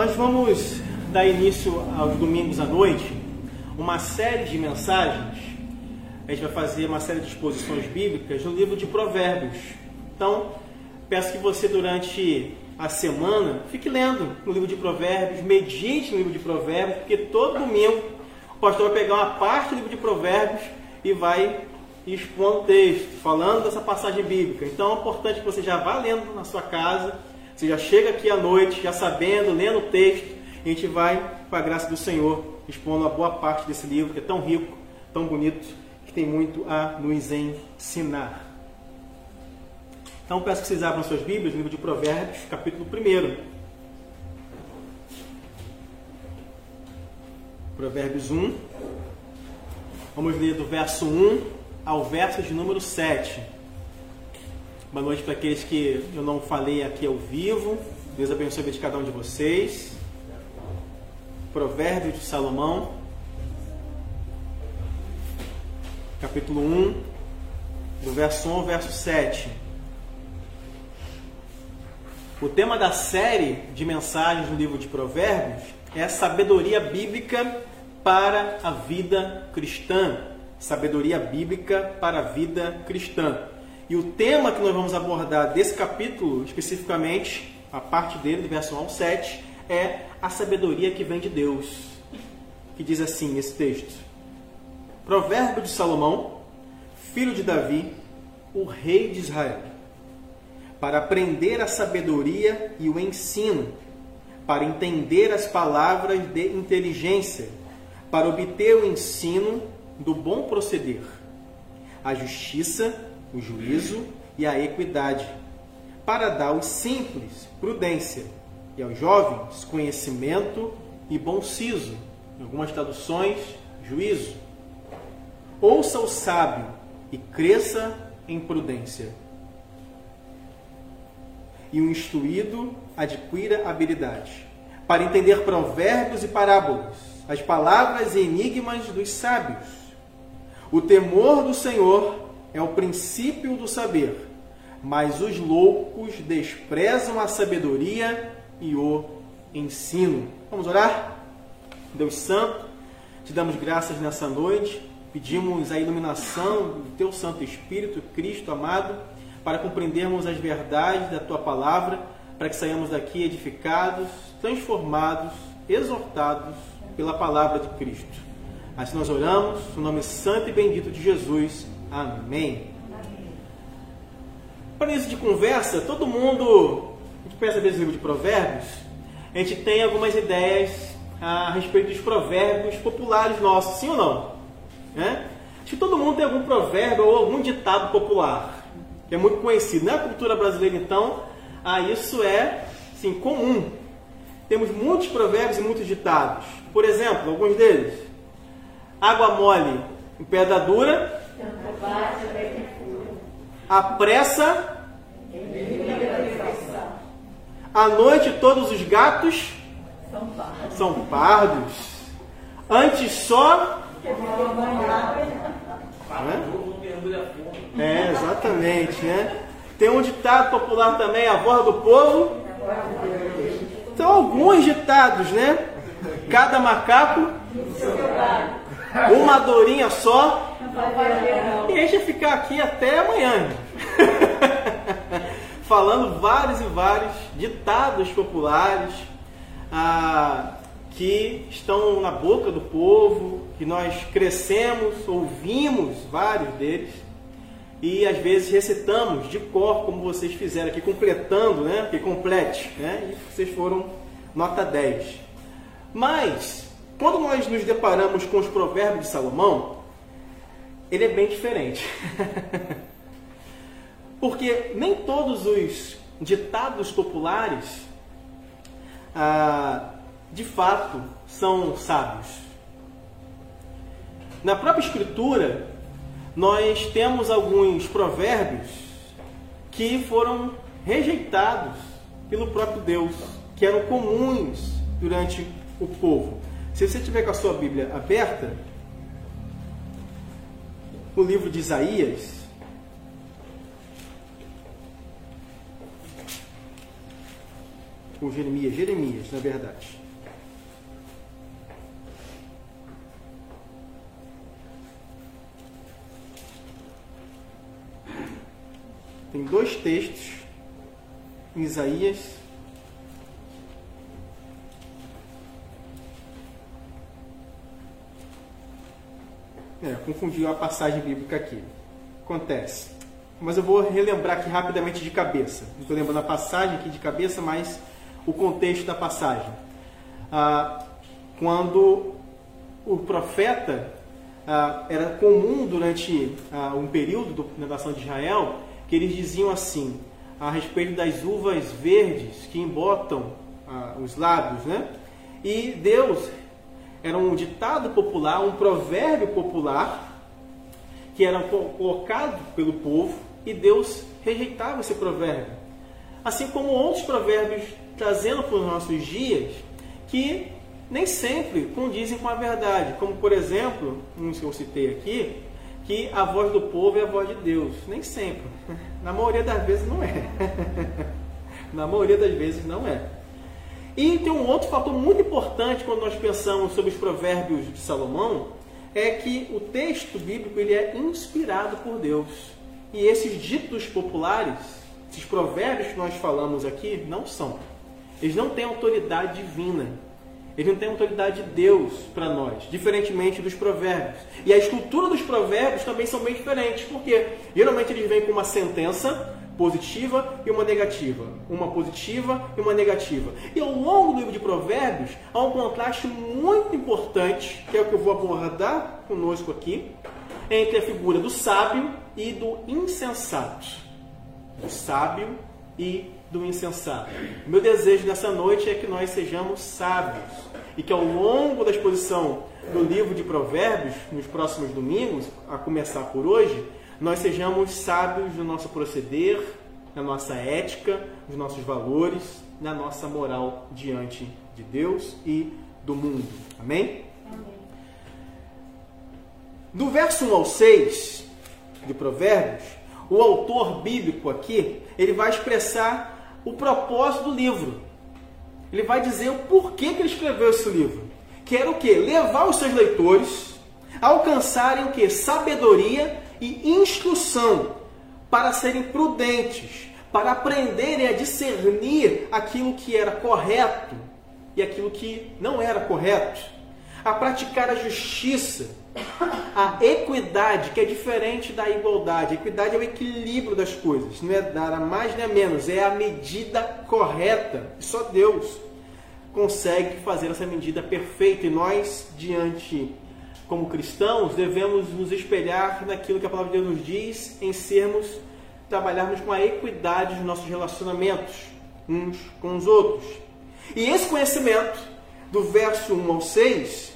Nós vamos dar início aos domingos à noite, uma série de mensagens. A gente vai fazer uma série de exposições bíblicas no livro de Provérbios. Então, peço que você durante a semana fique lendo no livro de Provérbios, medite no livro de Provérbios, porque todo domingo o pastor vai pegar uma parte do livro de Provérbios e vai expondo o texto, falando dessa passagem bíblica. Então é importante que você já vá lendo na sua casa, você já chega aqui à noite, já sabendo, lendo o texto, e a gente vai, com a graça do Senhor, expondo uma boa parte desse livro, que é tão rico, tão bonito, que tem muito a nos ensinar. Então peço que vocês abram suas Bíblias no livro de Provérbios, capítulo 1. Provérbios 1. Vamos ler do verso 1 ao verso de número 7. Boa noite para aqueles que eu não falei aqui ao vivo. Deus abençoe a vida de cada um de vocês. Provérbios de Salomão, capítulo 1, do verso 1 ao verso 7. O tema da série de mensagens no livro de Provérbios é a sabedoria bíblica para a vida cristã. Sabedoria bíblica para a vida cristã. E o tema que nós vamos abordar desse capítulo, especificamente, a parte dele, do verso 1 ao 7, é a sabedoria que vem de Deus. Que diz assim, esse texto: Provérbio de Salomão, filho de Davi, o rei de Israel, para aprender a sabedoria e o ensino, para entender as palavras de inteligência, para obter o ensino do bom proceder, a justiça, o juízo e a equidade, para dar aos simples prudência e aos jovens conhecimento e bom siso. Em algumas traduções, juízo. Ouça o sábio e cresça em prudência, e o instruído adquira habilidade, para entender provérbios e parábolas, as palavras e enigmas dos sábios. O temor do Senhor é o princípio do saber, mas os loucos desprezam a sabedoria e o ensino. Vamos orar? Deus Santo, te damos graças nessa noite, pedimos a iluminação do Teu Santo Espírito, Cristo amado, para compreendermos as verdades da Tua Palavra, para que saiamos daqui edificados, transformados, exortados pela Palavra de Cristo. Assim nós oramos, no nome santo e bendito de Jesus. Amém. Para início de conversa, todo mundo que pensa nesse livro de Provérbios, a gente tem algumas ideias a respeito dos provérbios populares nossos, sim ou não? Acho que todo mundo tem algum provérbio ou algum ditado popular, que é muito conhecido. Na cultura brasileira, então, isso é assim, comum. Temos muitos provérbios e muitos ditados. Por exemplo, alguns deles: água mole em pedra dura, a pressa, à noite todos os gatos são pardos, antes só... exatamente, né? Tem um ditado popular também, a voz do povo. Então, alguns ditados, né? Cada macaco, uma dorinha só. E a gente vai ficar aqui até amanhã, falando vários e vários ditados populares que estão na boca do povo, que nós crescemos, ouvimos vários deles e às vezes recitamos de cor, como vocês fizeram aqui, completando, né? Que complete, né? E vocês foram nota 10. Mas, quando nós nos deparamos com os provérbios de Salomão, ele é bem diferente. Porque nem todos os ditados populares, de fato, são sábios. Na própria Escritura, nós temos alguns provérbios que foram rejeitados pelo próprio Deus, que eram comuns durante o povo. Se você tiver com a sua Bíblia aberta, no livro de Isaías, ou Jeremias, na verdade. Tem dois textos em Isaías. Confundi a passagem bíblica aqui. Acontece. Mas eu vou relembrar aqui rapidamente de cabeça. Não estou lembrando a passagem aqui de cabeça, mas o contexto da passagem. Quando o profeta, era comum durante um período da nação de Israel, que eles diziam assim, a respeito das uvas verdes que embotam os lábios, né? E Deus, era um ditado popular, um provérbio popular, que era colocado pelo povo, e Deus rejeitava esse provérbio. Assim como outros provérbios trazendo para os nossos dias, que nem sempre condizem com a verdade. Como, por exemplo, um que eu citei aqui, que a voz do povo é a voz de Deus. Nem sempre. Na maioria das vezes não é. Na maioria das vezes não é. E tem um outro fator muito importante quando nós pensamos sobre os provérbios de Salomão, é que o texto bíblico ele é inspirado por Deus. E esses ditos populares, esses provérbios que nós falamos aqui, não são. Eles não têm autoridade divina. Eles não têm autoridade de Deus para nós, diferentemente dos provérbios. E a estrutura dos provérbios também são bem diferentes, porque geralmente eles vêm com uma sentença positiva e uma negativa. Uma positiva e uma negativa. E ao longo do livro de Provérbios, há um contraste muito importante, que é o que eu vou abordar conosco aqui, entre a figura do sábio e do insensato. Do sábio e do insensato. Meu desejo nessa noite é que nós sejamos sábios e que ao longo da exposição do livro de Provérbios, nos próximos domingos, a começar por hoje, nós sejamos sábios no nosso proceder, na nossa ética, nos nossos valores, na nossa moral diante de Deus e do mundo. Amém? Amém. Do verso 1 ao 6 de Provérbios, o autor bíblico aqui, ele vai expressar o propósito do livro. Ele vai dizer o porquê que ele escreveu esse livro. Que era o quê? Levar os seus leitores a alcançarem o quê? Sabedoria e instrução para serem prudentes, para aprenderem a discernir aquilo que era correto e aquilo que não era correto, a praticar a justiça, a equidade, que é diferente da igualdade. A equidade é o equilíbrio das coisas, não é dar a mais nem a menos, é a medida correta. Só Deus consegue fazer essa medida perfeita e nós, como cristãos, devemos nos espelhar naquilo que a palavra de Deus nos diz, em trabalharmos com a equidade nos nossos relacionamentos uns com os outros. E esse conhecimento, do verso 1 ao 6,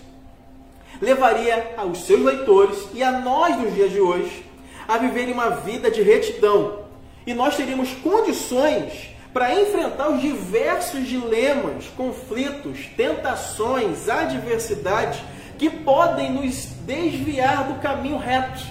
levaria aos seus leitores e a nós nos dias de hoje a viverem uma vida de retidão. E nós teríamos condições para enfrentar os diversos dilemas, conflitos, tentações, adversidades que podem nos desviar do caminho reto,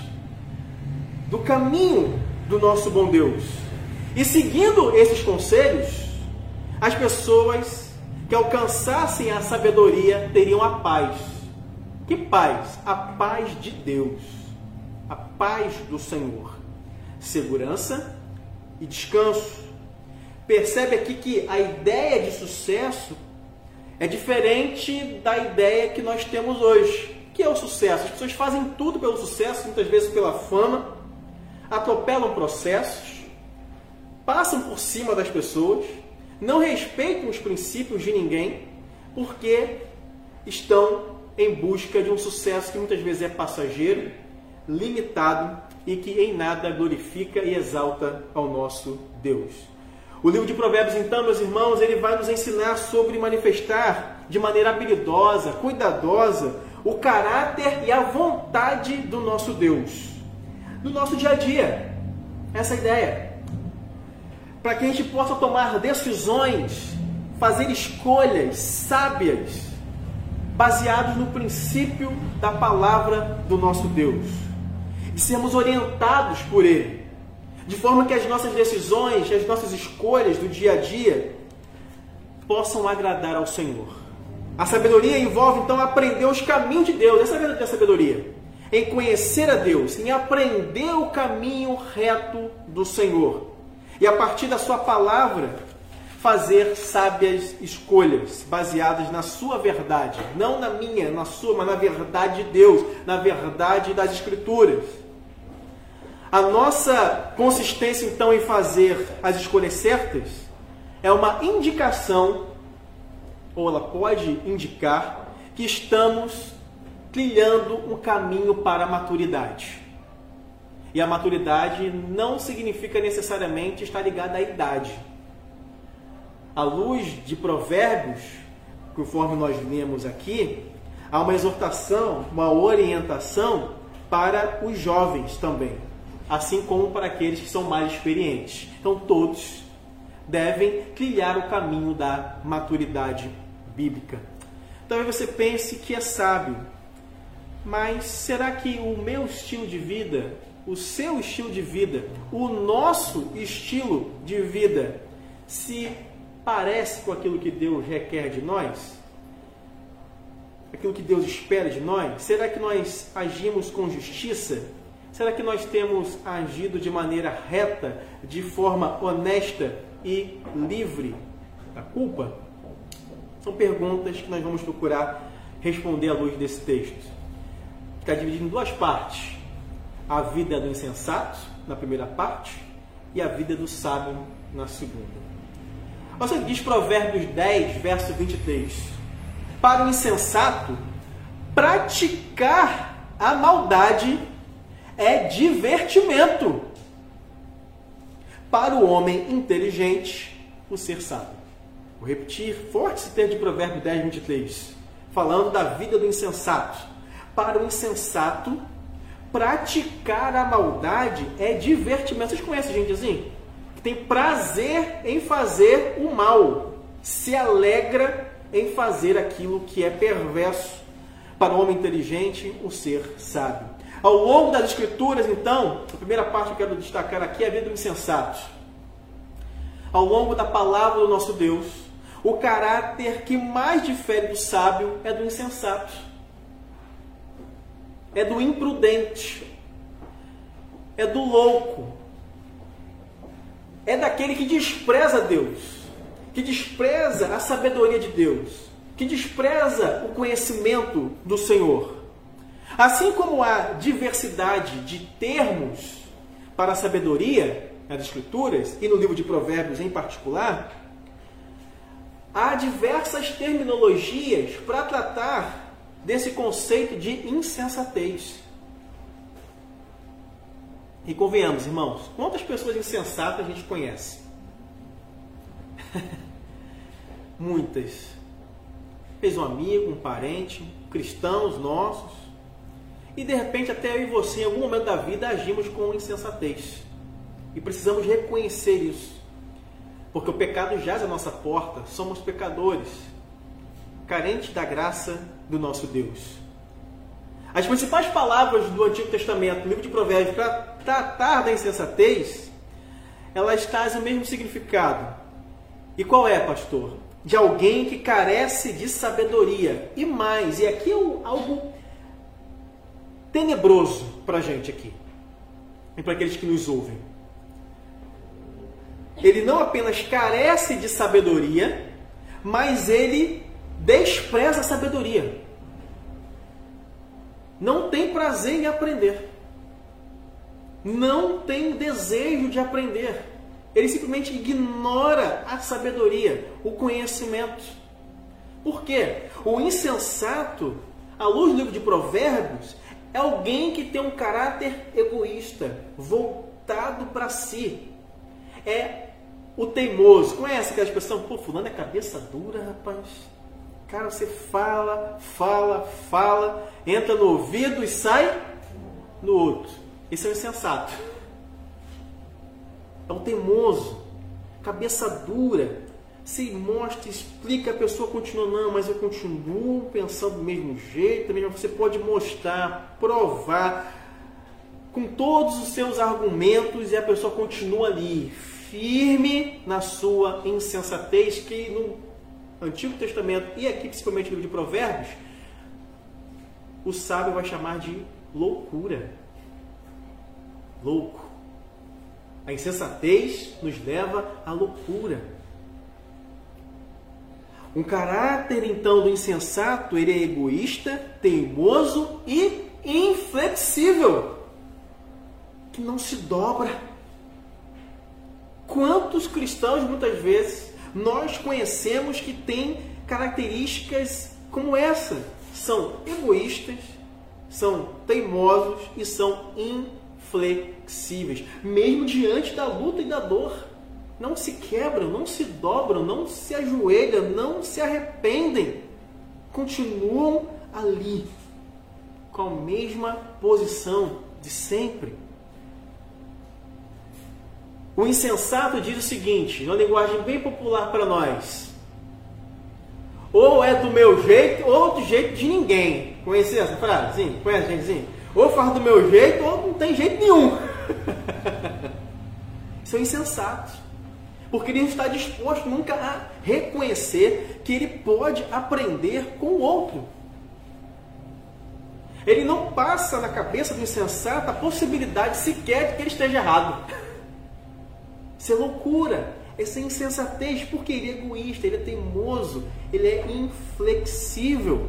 do caminho do nosso bom Deus. E seguindo esses conselhos, as pessoas que alcançassem a sabedoria teriam a paz. Que paz? A paz de Deus, a paz do Senhor, segurança e descanso. Percebe aqui que a ideia de sucesso é diferente da ideia que nós temos hoje. O que é o sucesso? As pessoas fazem tudo pelo sucesso, muitas vezes pela fama, atropelam processos, passam por cima das pessoas, não respeitam os princípios de ninguém, porque estão em busca de um sucesso que muitas vezes é passageiro, limitado e que em nada glorifica e exalta ao nosso Deus. O livro de Provérbios, então, meus irmãos, ele vai nos ensinar sobre manifestar de maneira habilidosa, cuidadosa, o caráter e a vontade do nosso Deus, no nosso dia a dia. Essa é a ideia. Para que a gente possa tomar decisões, fazer escolhas sábias, baseados no princípio da palavra do nosso Deus. E sermos orientados por Ele. De forma que as nossas decisões, as nossas escolhas do dia a dia possam agradar ao Senhor. A sabedoria envolve, então, aprender os caminhos de Deus. Essa é a sabedoria. Em conhecer a Deus, em aprender o caminho reto do Senhor. E a partir da sua palavra, fazer sábias escolhas, baseadas na sua verdade. Não na minha, na sua, mas na verdade de Deus, na verdade das Escrituras. A nossa consistência, então, em fazer as escolhas certas é uma indicação, ou ela pode indicar, que estamos trilhando um caminho para a maturidade. E a maturidade não significa necessariamente estar ligada à idade. À luz de Provérbios, conforme nós lemos aqui, há uma exortação, uma orientação para os jovens também, assim como para aqueles que são mais experientes. Então todos devem trilhar o caminho da maturidade bíblica. Talvez você pense que é sábio, mas será que o meu estilo de vida, o seu estilo de vida, o nosso estilo de vida se parece com aquilo que Deus requer de nós? Aquilo que Deus espera de nós? Será que nós agimos com justiça? Será que nós temos agido de maneira reta, de forma honesta e livre da culpa? São perguntas que nós vamos procurar responder à luz desse texto. Está dividido em duas partes. A vida do insensato, na primeira parte, e a vida do sábio, na segunda. Olha o que diz Provérbios 10, verso 23. Para o insensato, praticar a maldade é divertimento. Para o homem inteligente, o ser sábio. Vou repetir forte esse texto de Provérbios 10, 23. Falando da vida do insensato. Para o insensato, praticar a maldade é divertimento. Vocês conhecem gente assim? Que tem prazer em fazer o mal. Se alegra em fazer aquilo que é perverso. Para o homem inteligente, o ser sábio. Ao longo das Escrituras, então, a primeira parte que eu quero destacar aqui é a vida do insensato. Ao longo da palavra do nosso Deus, o caráter que mais difere do sábio é do insensato. É do imprudente. É do louco. É daquele que despreza Deus. Que despreza a sabedoria de Deus. Que despreza o conhecimento do Senhor. Assim como há diversidade de termos para a sabedoria nas Escrituras e no livro de Provérbios em particular, há diversas terminologias para tratar desse conceito de insensatez. E convenhamos, irmãos, quantas pessoas insensatas a gente conhece? Muitas. Fez um amigo, um parente, cristãos nossos, e de repente até eu e você, em algum momento da vida, agimos com insensatez. E precisamos reconhecer isso. Porque o pecado jaz à nossa porta, somos pecadores, carentes da graça do nosso Deus. As principais palavras do Antigo Testamento, no livro de Provérbios, para tratar da insensatez, elas trazem o mesmo significado. E qual é, pastor? De alguém que carece de sabedoria. E mais, e aqui é algo tenebroso para a gente aqui, e para aqueles que nos ouvem. Ele não apenas carece de sabedoria, mas ele despreza a sabedoria. Não tem prazer em aprender. Não tem desejo de aprender. Ele simplesmente ignora a sabedoria, o conhecimento. Por quê? O insensato, à luz do livro de Provérbios, é alguém que tem um caráter egoísta, voltado para si. É o teimoso. Conhece aquela expressão? Pô, fulano é cabeça dura, rapaz. Cara, você fala, entra no ouvido e sai no outro. Esse é o insensato. É um teimoso, cabeça dura. Se mostra, explica, a pessoa continua, não, mas eu continuo pensando do mesmo jeito. Mesmo você pode mostrar, provar, com todos os seus argumentos, e a pessoa continua ali, firme na sua insensatez, que Antigo Testamento e aqui principalmente no livro de Provérbios, o sábio vai chamar de loucura. Louco. A insensatez nos leva à loucura. Um caráter, então, do insensato, ele é egoísta, teimoso e inflexível, que não se dobra. Quantos cristãos, muitas vezes, nós conhecemos que têm características como essa? São egoístas, são teimosos e são inflexíveis, mesmo diante da luta e da dor. Não se quebram, não se dobram, não se ajoelham, não se arrependem. Continuam ali, com a mesma posição de sempre. O insensato diz o seguinte, uma linguagem bem popular para nós: ou é do meu jeito, ou do jeito de ninguém. Conhece essa frase? Sim, conhece, gente? Sim. Ou faz do meu jeito, ou não tem jeito nenhum. São insensatos. Porque ele não está disposto nunca a reconhecer que ele pode aprender com o outro. Ele não passa na cabeça do insensato a possibilidade sequer de que ele esteja errado. Isso é loucura. Essa é insensatez, porque ele é egoísta, ele é teimoso, ele é inflexível.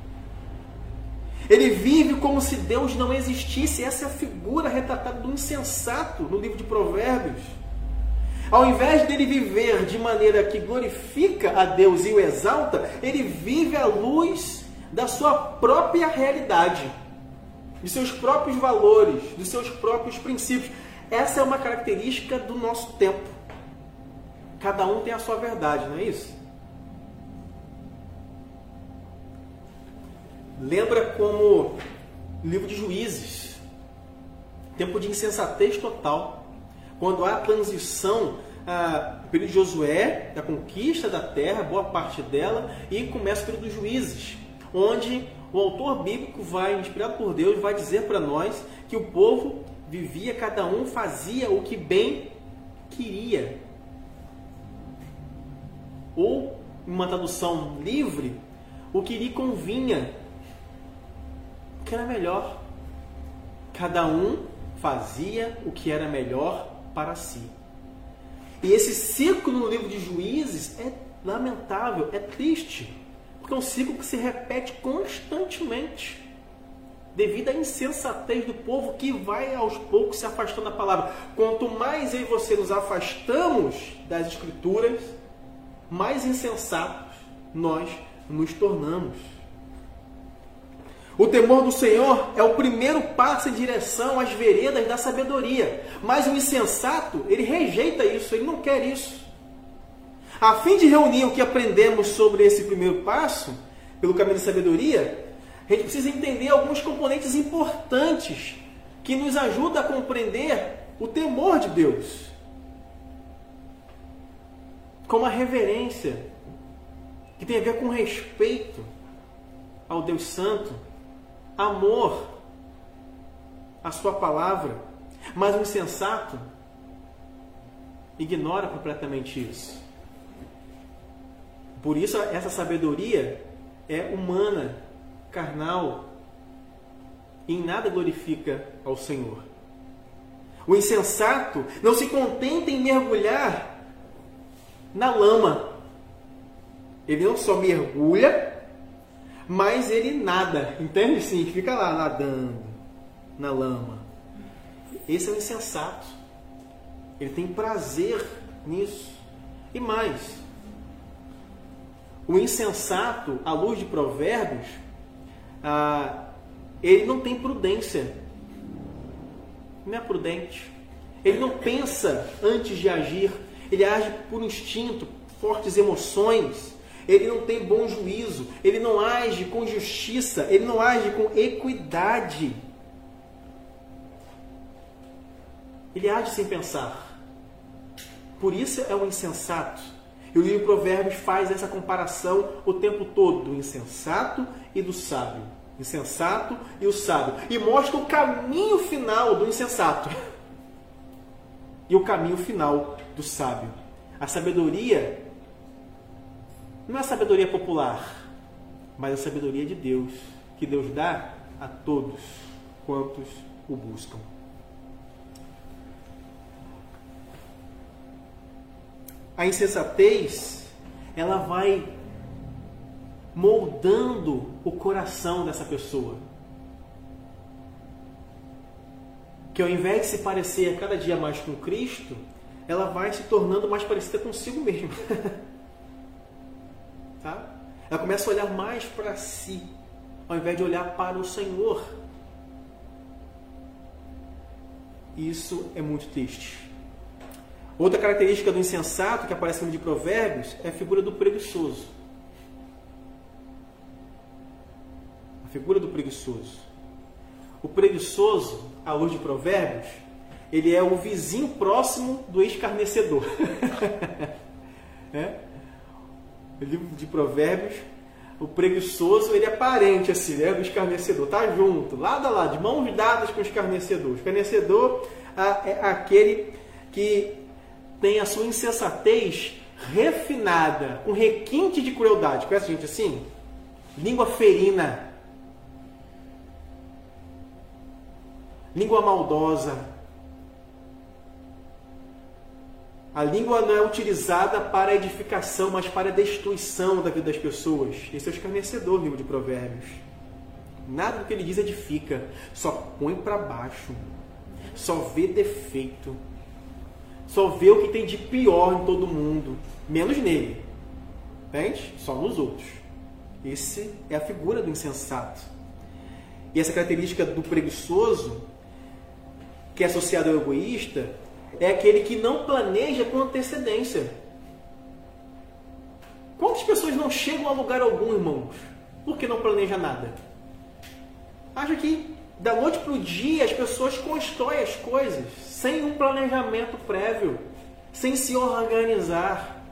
Ele vive como se Deus não existisse. Essa é a figura retratada do insensato no livro de Provérbios. Ao invés dele viver de maneira que glorifica a Deus e o exalta, ele vive à luz da sua própria realidade, de seus próprios valores, dos seus próprios princípios. Essa é uma característica do nosso tempo. Cada um tem a sua verdade, não é isso? Lembra como no livro de Juízes, tempo de insensatez total, quando há a transição do período de Josué, da conquista da terra, boa parte dela, e começa o período dos Juízes, onde o autor bíblico vai, inspirado por Deus, vai dizer para nós que o povo vivia, cada um fazia o que bem queria. Ou, em uma tradução livre, o que lhe convinha, o que era melhor. Cada um fazia o que era melhor para si. E esse ciclo no livro de Juízes é lamentável, é triste, porque é um ciclo que se repete constantemente, devido à insensatez do povo que vai aos poucos se afastando da palavra. Quanto mais eu e você nos afastamos das Escrituras, mais insensatos nós nos tornamos. O temor do Senhor é o primeiro passo em direção às veredas da sabedoria. Mas o insensato, ele rejeita isso, ele não quer isso. A fim de reunir o que aprendemos sobre esse primeiro passo, pelo caminho da sabedoria, a gente precisa entender alguns componentes importantes que nos ajudam a compreender o temor de Deus. Como a reverência, que tem a ver com respeito ao Deus Santo, amor à sua palavra. Mas o insensato ignora completamente isso. Por isso essa sabedoria é humana, carnal, e em nada glorifica ao Senhor. O insensato não se contenta em mergulhar na lama. Ele não só mergulha, mas ele nada, entende? Sim, fica lá nadando na lama. Esse é o insensato. Ele tem prazer nisso. E mais, o insensato, à luz de Provérbios, ele não tem prudência. Não é prudente. Ele não pensa antes de agir. Ele age por instinto, fortes emoções. Ele não tem bom juízo, ele não age com justiça, ele não age com equidade. Ele age sem pensar. Por isso é um insensato. E o livro de Provérbios faz essa comparação o tempo todo, do insensato e do sábio. Insensato e o sábio. E mostra o caminho final do insensato e o caminho final do sábio. A sabedoria não é a sabedoria popular, mas a sabedoria de Deus, que Deus dá a todos quantos o buscam. A insensatez, ela vai moldando o coração dessa pessoa, que ao invés de se parecer a cada dia mais com Cristo, ela vai se tornando mais parecida consigo mesma. Tá? Ela começa a olhar mais para si, ao invés de olhar para o Senhor. Isso é muito triste. Outra característica do insensato que aparece no livro de Provérbios é a figura do preguiçoso. A figura do preguiçoso. O preguiçoso, à luz de Provérbios, ele é o vizinho próximo do escarnecedor. No livro de Provérbios, o preguiçoso, ele é parente assim, do escarnecedor. Está junto, lado a lado, de mãos dadas com o escarnecedor. O escarnecedor é aquele que tem a sua insensatez refinada, um requinte de crueldade. Conhece gente assim? Língua ferina. Língua maldosa. A língua não é utilizada para a edificação, mas para a destruição da vida das pessoas. Esse é o escarnecedor no livro de Provérbios. Nada do que ele diz edifica. Só põe para baixo. Só vê defeito. Só vê o que tem de pior em todo mundo. Menos nele. Entende? Só nos outros. Essa é a figura do insensato. E essa característica do preguiçoso, que é associado ao egoísta, é aquele que não planeja com antecedência. Quantas pessoas não chegam a lugar algum, irmãos, porque não planeja nada? Acha que da noite para o dia as pessoas constroem as coisas sem um planejamento prévio, sem se organizar.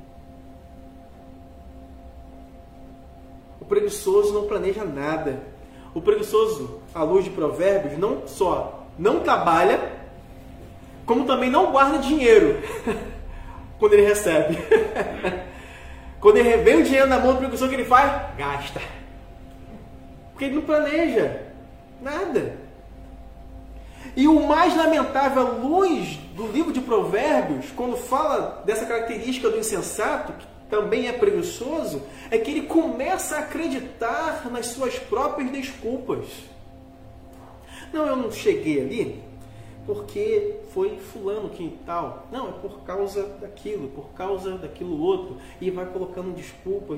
O preguiçoso não planeja nada. O preguiçoso, à luz de Provérbios, não só não trabalha, como também não guarda dinheiro quando ele recebe. Quando ele vem o dinheiro na mão do preguiçoso, o que ele faz? Gasta. Porque ele não planeja nada. E o mais lamentável, à luz do livro de Provérbios, quando fala dessa característica do insensato, que também é preguiçoso, é que ele começa a acreditar nas suas próprias desculpas. Não, eu não cheguei ali porque foi fulano que tal. Não, é por causa daquilo, por causa daquilo outro. E vai colocando desculpas.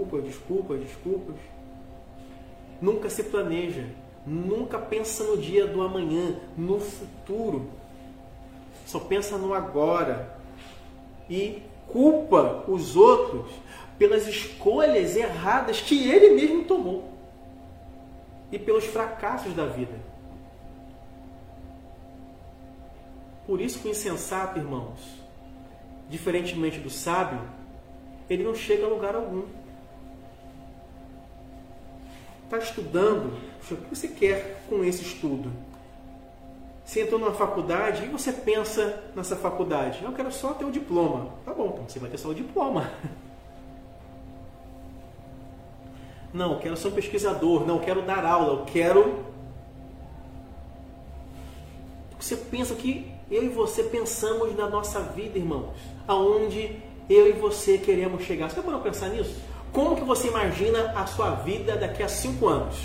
Nunca se planeja. Nunca pensa no dia do amanhã, no futuro. Só pensa no agora. E culpa os outros pelas escolhas erradas que ele mesmo tomou. E pelos fracassos da vida. Por isso que o insensato, irmãos, diferentemente do sábio, ele não chega a lugar algum. Está estudando, o que você quer com esse estudo? Você entrou numa faculdade e você pensa nessa faculdade. Eu quero só ter o diploma. Tá bom, então você vai ter só o diploma. Não, eu quero ser um pesquisador. Não, eu quero dar aula. Eu quero... Você pensa que eu e você pensamos na nossa vida, irmãos. Aonde eu e você queremos chegar. Você já pensar nisso? Como que você imagina a sua vida daqui a 5 anos?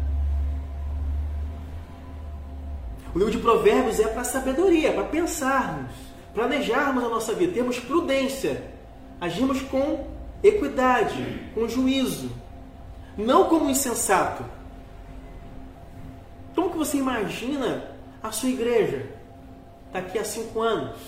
O livro de Provérbios é para sabedoria, para pensarmos, planejarmos a nossa vida, termos prudência, agirmos com equidade, com juízo, não como insensato. Como que você imagina a sua igreja daqui a 5 anos?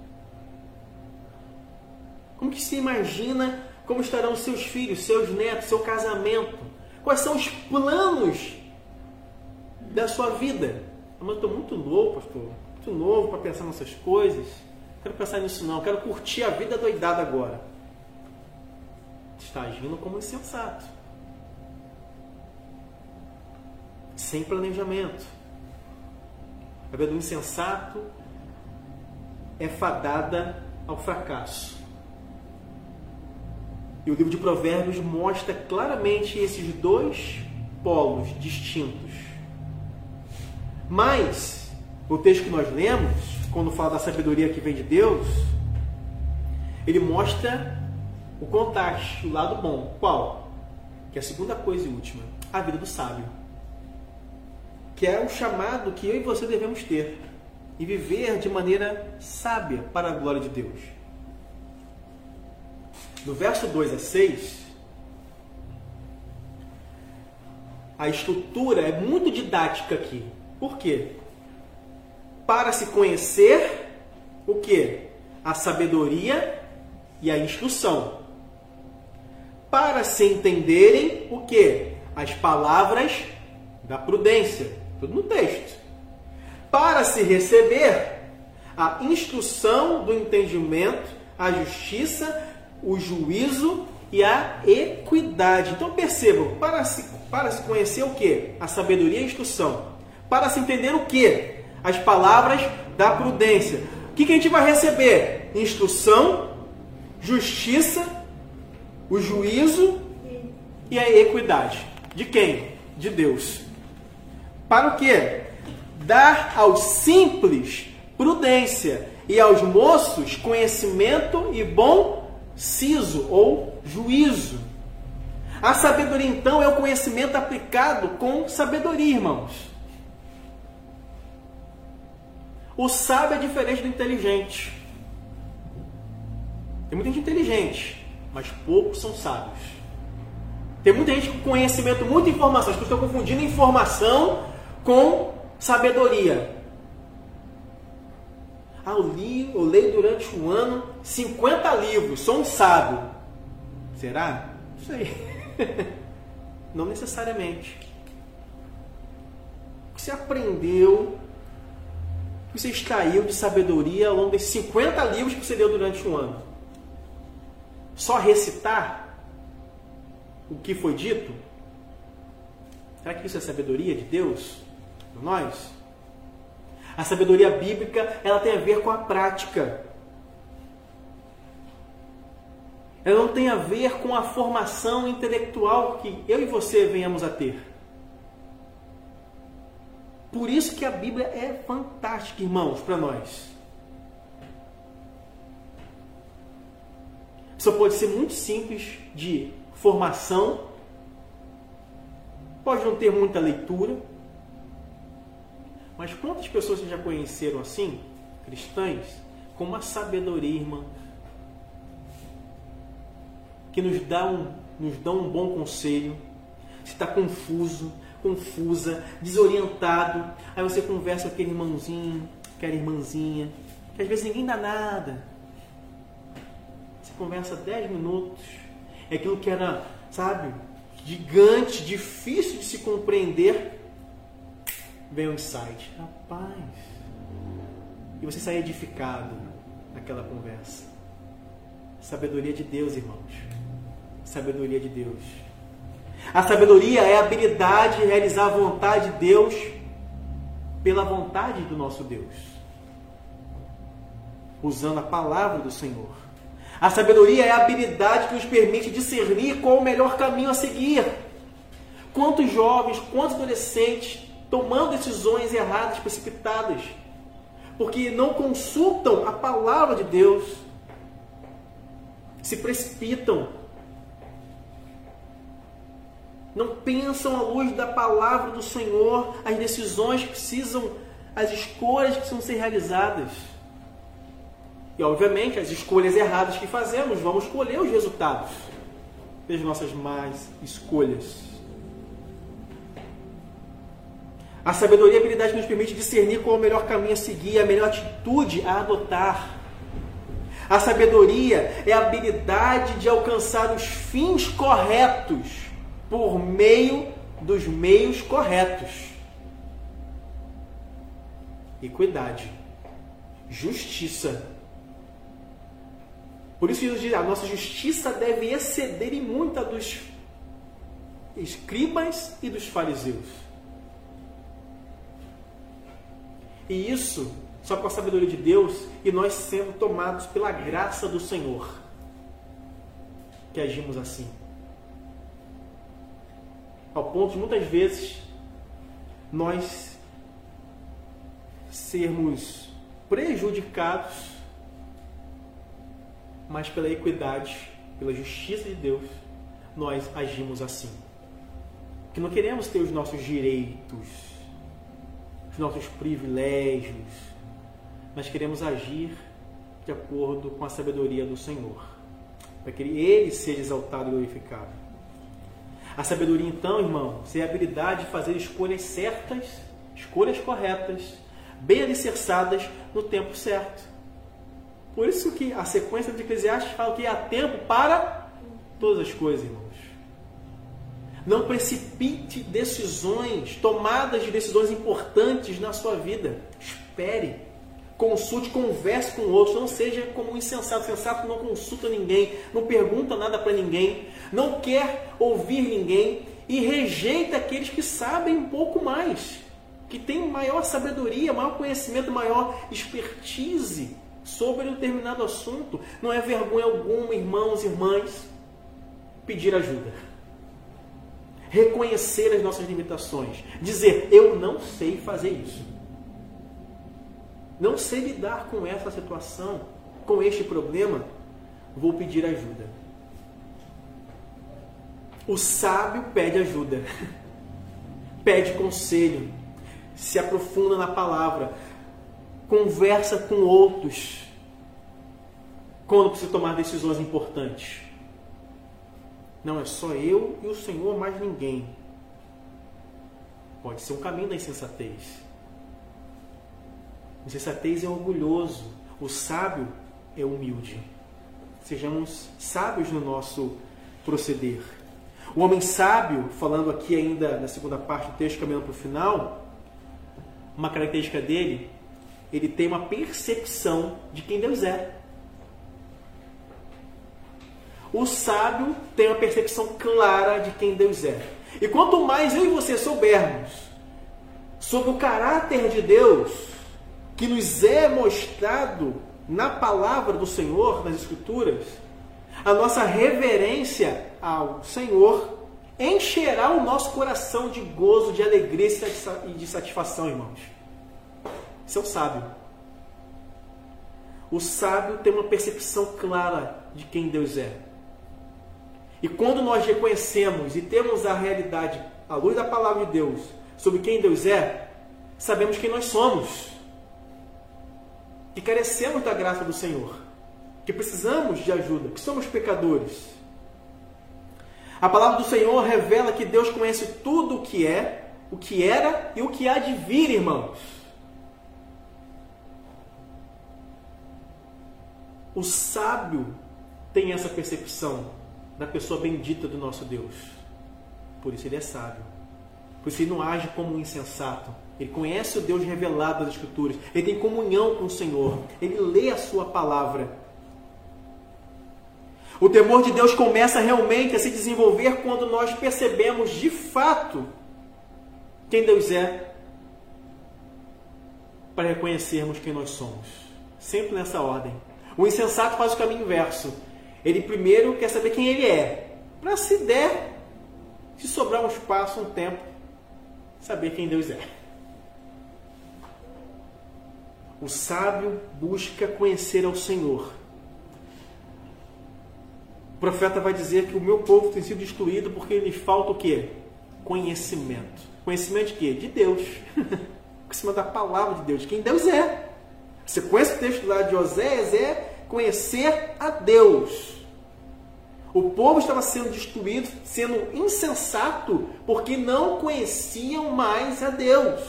Como que se imagina como estarão seus filhos, seus netos, seu casamento? Quais são os planos da sua vida? Mas eu estou muito novo, pastor. Muito novo para pensar nessas coisas. Não quero pensar nisso não. Quero curtir a vida doidada agora. Está agindo como insensato. Sem planejamento. A vida do insensato é fadada ao fracasso. E o livro de Provérbios mostra claramente esses dois polos distintos. Mas, o texto que nós lemos, quando fala da sabedoria que vem de Deus, ele mostra o contraste, o lado bom. Qual? Que é a segunda coisa e última, a vida do sábio. Que é o chamado que eu e você devemos ter. E viver de maneira sábia para a glória de Deus. No verso 2 a 6, a estrutura é muito didática aqui. Por quê? Para se conhecer o quê? A sabedoria e a instrução. Para se entenderem o quê? As palavras da prudência. Tudo no texto. Para se receber a instrução do entendimento, a justiça, o juízo e a equidade. Então percebam, para se conhecer o quê? A sabedoria e a instrução. Para se entender o quê? As palavras da prudência. O que a gente vai receber? Instrução, justiça, o juízo e a equidade. De quem? De Deus. Para o quê? Dar aos simples prudência e aos moços conhecimento e bom siso ou juízo. A sabedoria, então, é o conhecimento aplicado com sabedoria, irmãos. O sábio é diferente do inteligente. Tem muita gente inteligente, mas poucos são sábios. Tem muita gente com conhecimento, muita informação. As pessoas estão confundindo informação com sabedoria. Eu leio durante um ano 50 livros, sou um sábio. Será? Não sei. Não necessariamente. O que você aprendeu, o que você extraiu de sabedoria ao longo desses 50 livros que você leu durante um ano? Só recitar o que foi dito? Será que isso é sabedoria de Deus para nós? A sabedoria bíblica, ela tem a ver com a prática. Ela não tem a ver com a formação intelectual que eu e você venhamos a ter. Por isso que a Bíblia é fantástica, irmãos, para nós. Só pode ser muito simples de formação, pode não ter muita leitura, mas quantas pessoas vocês já conheceram assim, cristãs, com uma sabedoria, irmão, que nos dão um bom conselho? Se está confuso, confusa, desorientado, aí você conversa com aquele irmãozinho, aquela irmãzinha, que às vezes ninguém dá nada. Você conversa 10 minutos, é aquilo que era, sabe, gigante, difícil de se compreender, vem um insight. Rapaz, e você sai edificado naquela conversa. Sabedoria de Deus, irmãos. Sabedoria de Deus. A sabedoria é a habilidade de realizar a vontade de Deus pela vontade do nosso Deus, usando a palavra do Senhor. A sabedoria é a habilidade que nos permite discernir qual o melhor caminho a seguir. Quantos jovens, quantos adolescentes tomando decisões erradas, precipitadas, porque não consultam a palavra de Deus, se precipitam, não pensam à luz da palavra do Senhor as decisões que precisam, as escolhas que precisam ser realizadas. E obviamente as escolhas erradas que fazemos, vamos colher os resultados das nossas más escolhas. A sabedoria é a habilidade que nos permite discernir qual é o melhor caminho a seguir, a melhor atitude a adotar. A sabedoria é a habilidade de alcançar os fins corretos por meio dos meios corretos. Equidade. Justiça. Por isso Jesus diz, a nossa justiça deve exceder em muito a dos escribas e dos fariseus. E isso só com a sabedoria de Deus e nós sendo tomados pela graça do Senhor. que agimos assim? Ao ponto de muitas vezes nós sermos prejudicados, mas pela equidade, pela justiça de Deus, nós agimos assim. Que não queremos ter os nossos direitos, os nossos privilégios, mas queremos agir de acordo com a sabedoria do Senhor, para que Ele seja exaltado e glorificado. A sabedoria, então, irmãos, é a habilidade de fazer escolhas certas, escolhas corretas, bem alicerçadas no tempo certo. Por isso que a sequência de Eclesiastes fala que há tempo para todas as coisas, irmãos. Não precipite decisões, tomadas de decisões importantes na sua vida. Espere, consulte, converse com outros. Não seja como um insensato. Sensato não consulta ninguém, não pergunta nada para ninguém, não quer ouvir ninguém e rejeita aqueles que sabem um pouco mais, que têm maior sabedoria, maior conhecimento, maior expertise sobre um determinado assunto. Não é vergonha alguma, irmãos e irmãs, pedir ajuda. Reconhecer as nossas limitações. Dizer, eu não sei fazer isso. Não sei lidar com essa situação, com este problema, vou pedir ajuda. O sábio pede ajuda. Pede conselho. Se aprofunda na palavra. Conversa com outros. Quando precisa tomar decisões importantes. Não é só eu e o Senhor, mais ninguém. Pode ser um caminho da insensatez. A insensatez é orgulhoso. O sábio é humilde. Sejamos sábios no nosso proceder. O homem sábio, falando aqui ainda na segunda parte do texto, caminhando para o final, uma característica dele, ele tem uma percepção de quem Deus é. O sábio tem uma percepção clara de quem Deus é. E quanto mais eu e você soubermos sobre o caráter de Deus, que nos é mostrado na palavra do Senhor, nas Escrituras, a nossa reverência ao Senhor encherá o nosso coração de gozo, de alegria e de satisfação, irmãos. Isso é o sábio. O sábio tem uma percepção clara de quem Deus é. E quando nós reconhecemos e temos a realidade, à luz da palavra de Deus, sobre quem Deus é, sabemos quem nós somos. Que carecemos da graça do Senhor. Que precisamos de ajuda, que somos pecadores. A palavra do Senhor revela que Deus conhece tudo o que é, o que era e o que há de vir, irmãos. O sábio tem essa percepção da pessoa bendita do nosso Deus. Por isso ele é sábio. Por isso ele não age como um insensato. Ele conhece o Deus revelado das Escrituras. Ele tem comunhão com o Senhor. Ele lê a sua palavra. O temor de Deus começa realmente a se desenvolver quando nós percebemos de fato quem Deus é, para reconhecermos quem nós somos. Sempre nessa ordem. O insensato faz o caminho inverso. Ele primeiro quer saber quem ele é, para se sobrar um espaço, um tempo, saber quem Deus é. O sábio busca conhecer ao Senhor. O profeta vai dizer que o meu povo tem sido destruído porque lhes falta o quê? Conhecimento. Conhecimento de quê? De Deus. Conhecimento da palavra de Deus, de quem Deus é. Você conhece o texto lá de Oséias, é conhecer a Deus. O povo estava sendo destruído, sendo insensato, porque não conheciam mais a Deus.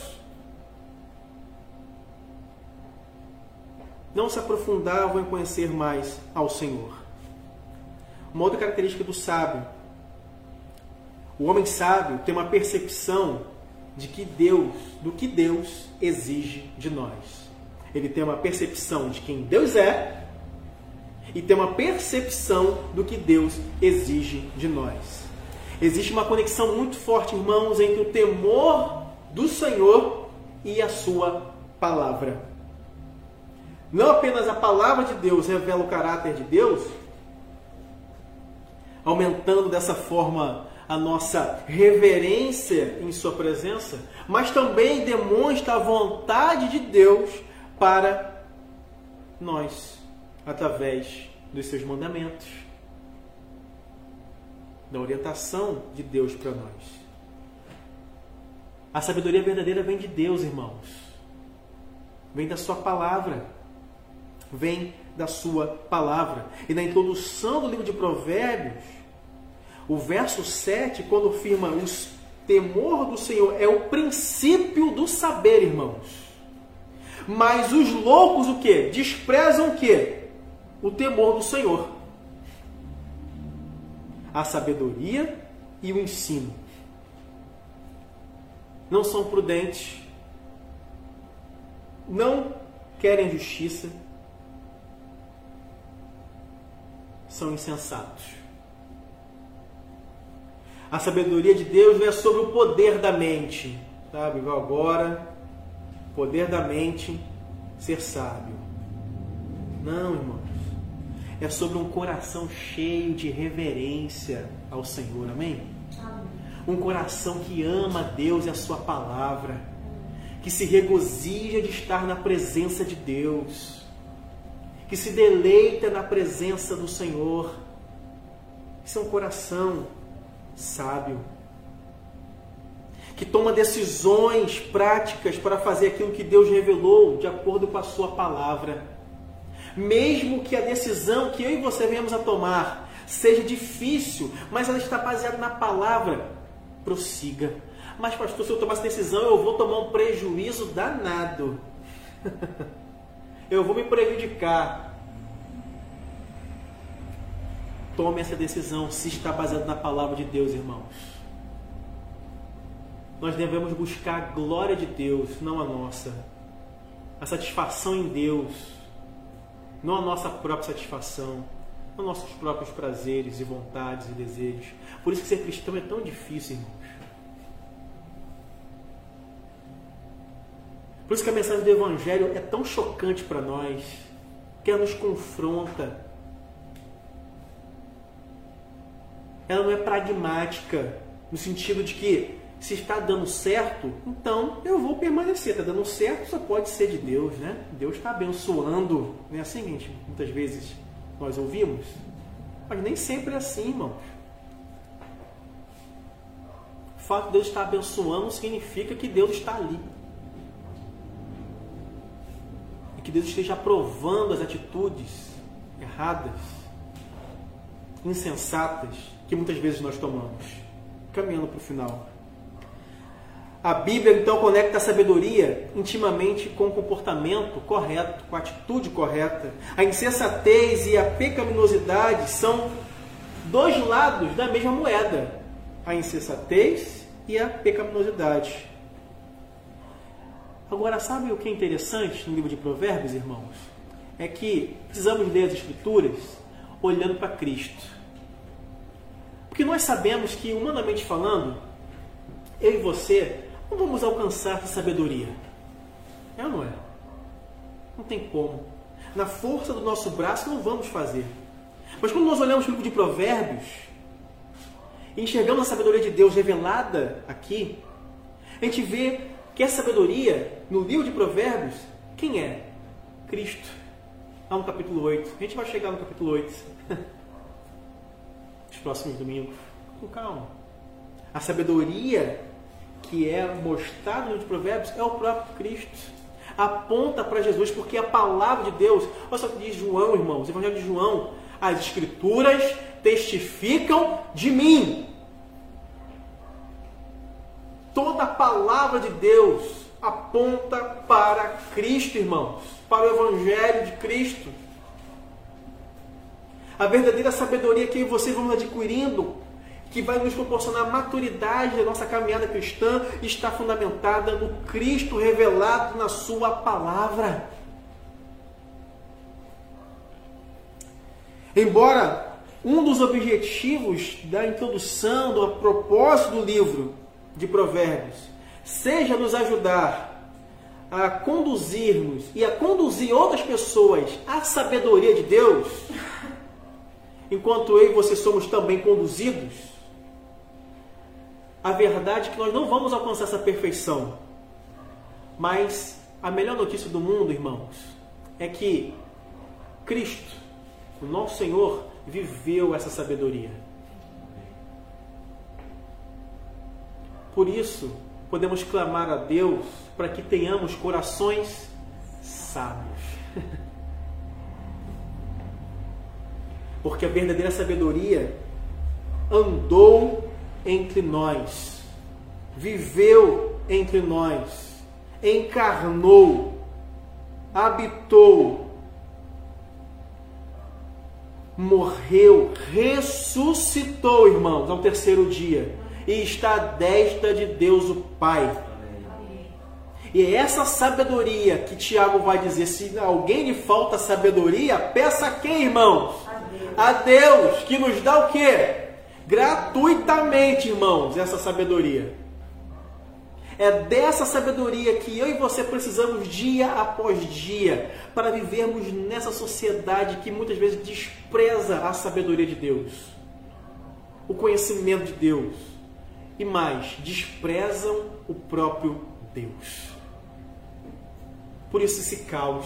Não se aprofundavam em conhecer mais ao Senhor. Uma outra característica do sábio. O homem sábio tem uma percepção de que do que Deus exige de nós. Ele tem uma percepção de quem Deus é e tem uma percepção do que Deus exige de nós. Existe uma conexão muito forte, irmãos, entre o temor do Senhor e a sua palavra. Não apenas a palavra de Deus revela o caráter de Deus, aumentando dessa forma a nossa reverência em sua presença, mas também demonstra a vontade de Deus para nós, através dos seus mandamentos, da orientação de Deus para nós. A sabedoria verdadeira vem de Deus, irmãos. Vem da sua palavra. Vem da sua palavra. E na introdução do livro de Provérbios, o verso 7, quando afirma o temor do Senhor é o princípio do saber, irmãos. Mas os loucos o quê? Desprezam o quê? O temor do Senhor. A sabedoria e o ensino. Não são prudentes, não querem justiça, são insensatos. A sabedoria de Deus não é sobre o poder da mente, sabe? Igual agora, poder da mente, ser sábio. Não, irmãos. É sobre um coração cheio de reverência ao Senhor, amém? Um coração que ama a Deus e a sua palavra, que se regozija de estar na presença de Deus, que se deleita na presença do Senhor. Isso é um coração sábio, que toma decisões práticas para fazer aquilo que Deus revelou de acordo com a sua palavra. Mesmo que a decisão que eu e você venhamos a tomar seja difícil, mas ela está baseada na palavra, prossiga. Mas pastor, se eu tomar essa decisão, eu vou tomar um prejuízo danado. Eu vou me prejudicar. Tome essa decisão se está baseado na palavra de Deus, irmãos. Nós devemos buscar a glória de Deus, não a nossa. A satisfação em Deus, não a nossa própria satisfação, não nossos próprios prazeres e vontades e desejos. Por isso que ser cristão é tão difícil, irmãos. Por isso que a mensagem do Evangelho é tão chocante para nós, que ela nos confronta. Ela não é pragmática, no sentido de que se está dando certo, então eu vou permanecer. Está dando certo, só pode ser de Deus, né? Deus está abençoando. Não é assim, gente? Muitas vezes nós ouvimos. Mas nem sempre é assim, irmãos. O fato de Deus estar abençoando significa que Deus está ali. E que Deus esteja aprovando as atitudes erradas, insensatas, que muitas vezes nós tomamos. Caminhando para o final. A Bíblia, então, conecta a sabedoria intimamente com o comportamento correto, com a atitude correta. A insensatez e a pecaminosidade são dois lados da mesma moeda. A insensatez e a pecaminosidade. Agora, sabe o que é interessante no livro de Provérbios, irmãos? É que precisamos ler as Escrituras olhando para Cristo. Porque nós sabemos que, humanamente falando, eu e você não vamos alcançar essa sabedoria. É ou não é? Não tem como. Na força do nosso braço não vamos fazer. Mas quando nós olhamos para o livro de Provérbios e enxergamos a sabedoria de Deus revelada aqui, a gente vê que essa sabedoria, no livro de Provérbios, quem é? Cristo. Lá no capítulo 8. A gente vai chegar no capítulo 8. Nos próximos domingos. Com calma. A sabedoria que é mostrado no livro de Provérbios é o próprio Cristo. Aponta para Jesus, porque a palavra de Deus, olha só o que diz João, irmãos, o Evangelho de João, as Escrituras testificam de mim. Toda a palavra de Deus aponta para Cristo, irmãos, para o Evangelho de Cristo. A verdadeira sabedoria que eu e você vamos adquirindo, que vai nos proporcionar maturidade da nossa caminhada cristã, está fundamentada no Cristo revelado na sua palavra. Embora um dos objetivos da introdução, do propósito do livro de Provérbios, seja nos ajudar a conduzirmos e a conduzir outras pessoas à sabedoria de Deus, enquanto eu e você somos também conduzidos, a verdade é que nós não vamos alcançar essa perfeição. Mas a melhor notícia do mundo, irmãos, é que Cristo, o nosso Senhor, viveu essa sabedoria. Por isso, podemos clamar a Deus para que tenhamos corações sábios. Porque a verdadeira sabedoria andou entre nós, viveu entre nós, encarnou, habitou, morreu, ressuscitou, irmãos, ao terceiro dia, e está à destra de Deus o Pai. E é essa sabedoria que Tiago vai dizer: se alguém lhe falta sabedoria, peça a quem, irmãos? A Deus, que nos dá o quê? Gratuitamente, irmãos, essa sabedoria. É dessa sabedoria que eu e você precisamos dia após dia para vivermos nessa sociedade que muitas vezes despreza a sabedoria de Deus, o conhecimento de Deus, e mais, desprezam o próprio Deus. Por isso esse caos,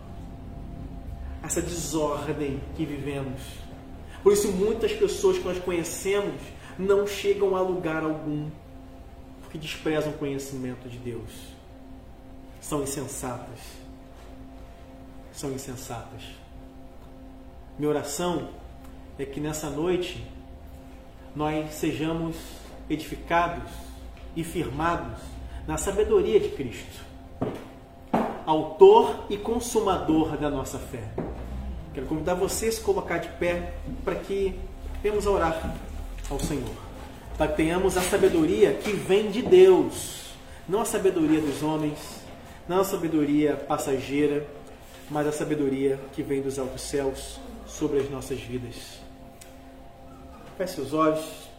essa desordem que vivemos. Por isso muitas pessoas que nós conhecemos não chegam a lugar algum, porque desprezam o conhecimento de Deus. São insensatas. São insensatas. Minha oração é que nessa noite nós sejamos edificados e firmados na sabedoria de Cristo, autor e consumador da nossa fé. Quero convidar você a se colocar de pé para que venhamos a orar ao Senhor, para que tenhamos a sabedoria que vem de Deus, não a sabedoria dos homens, não a sabedoria passageira, mas a sabedoria que vem dos altos céus sobre as nossas vidas. Feche seus olhos.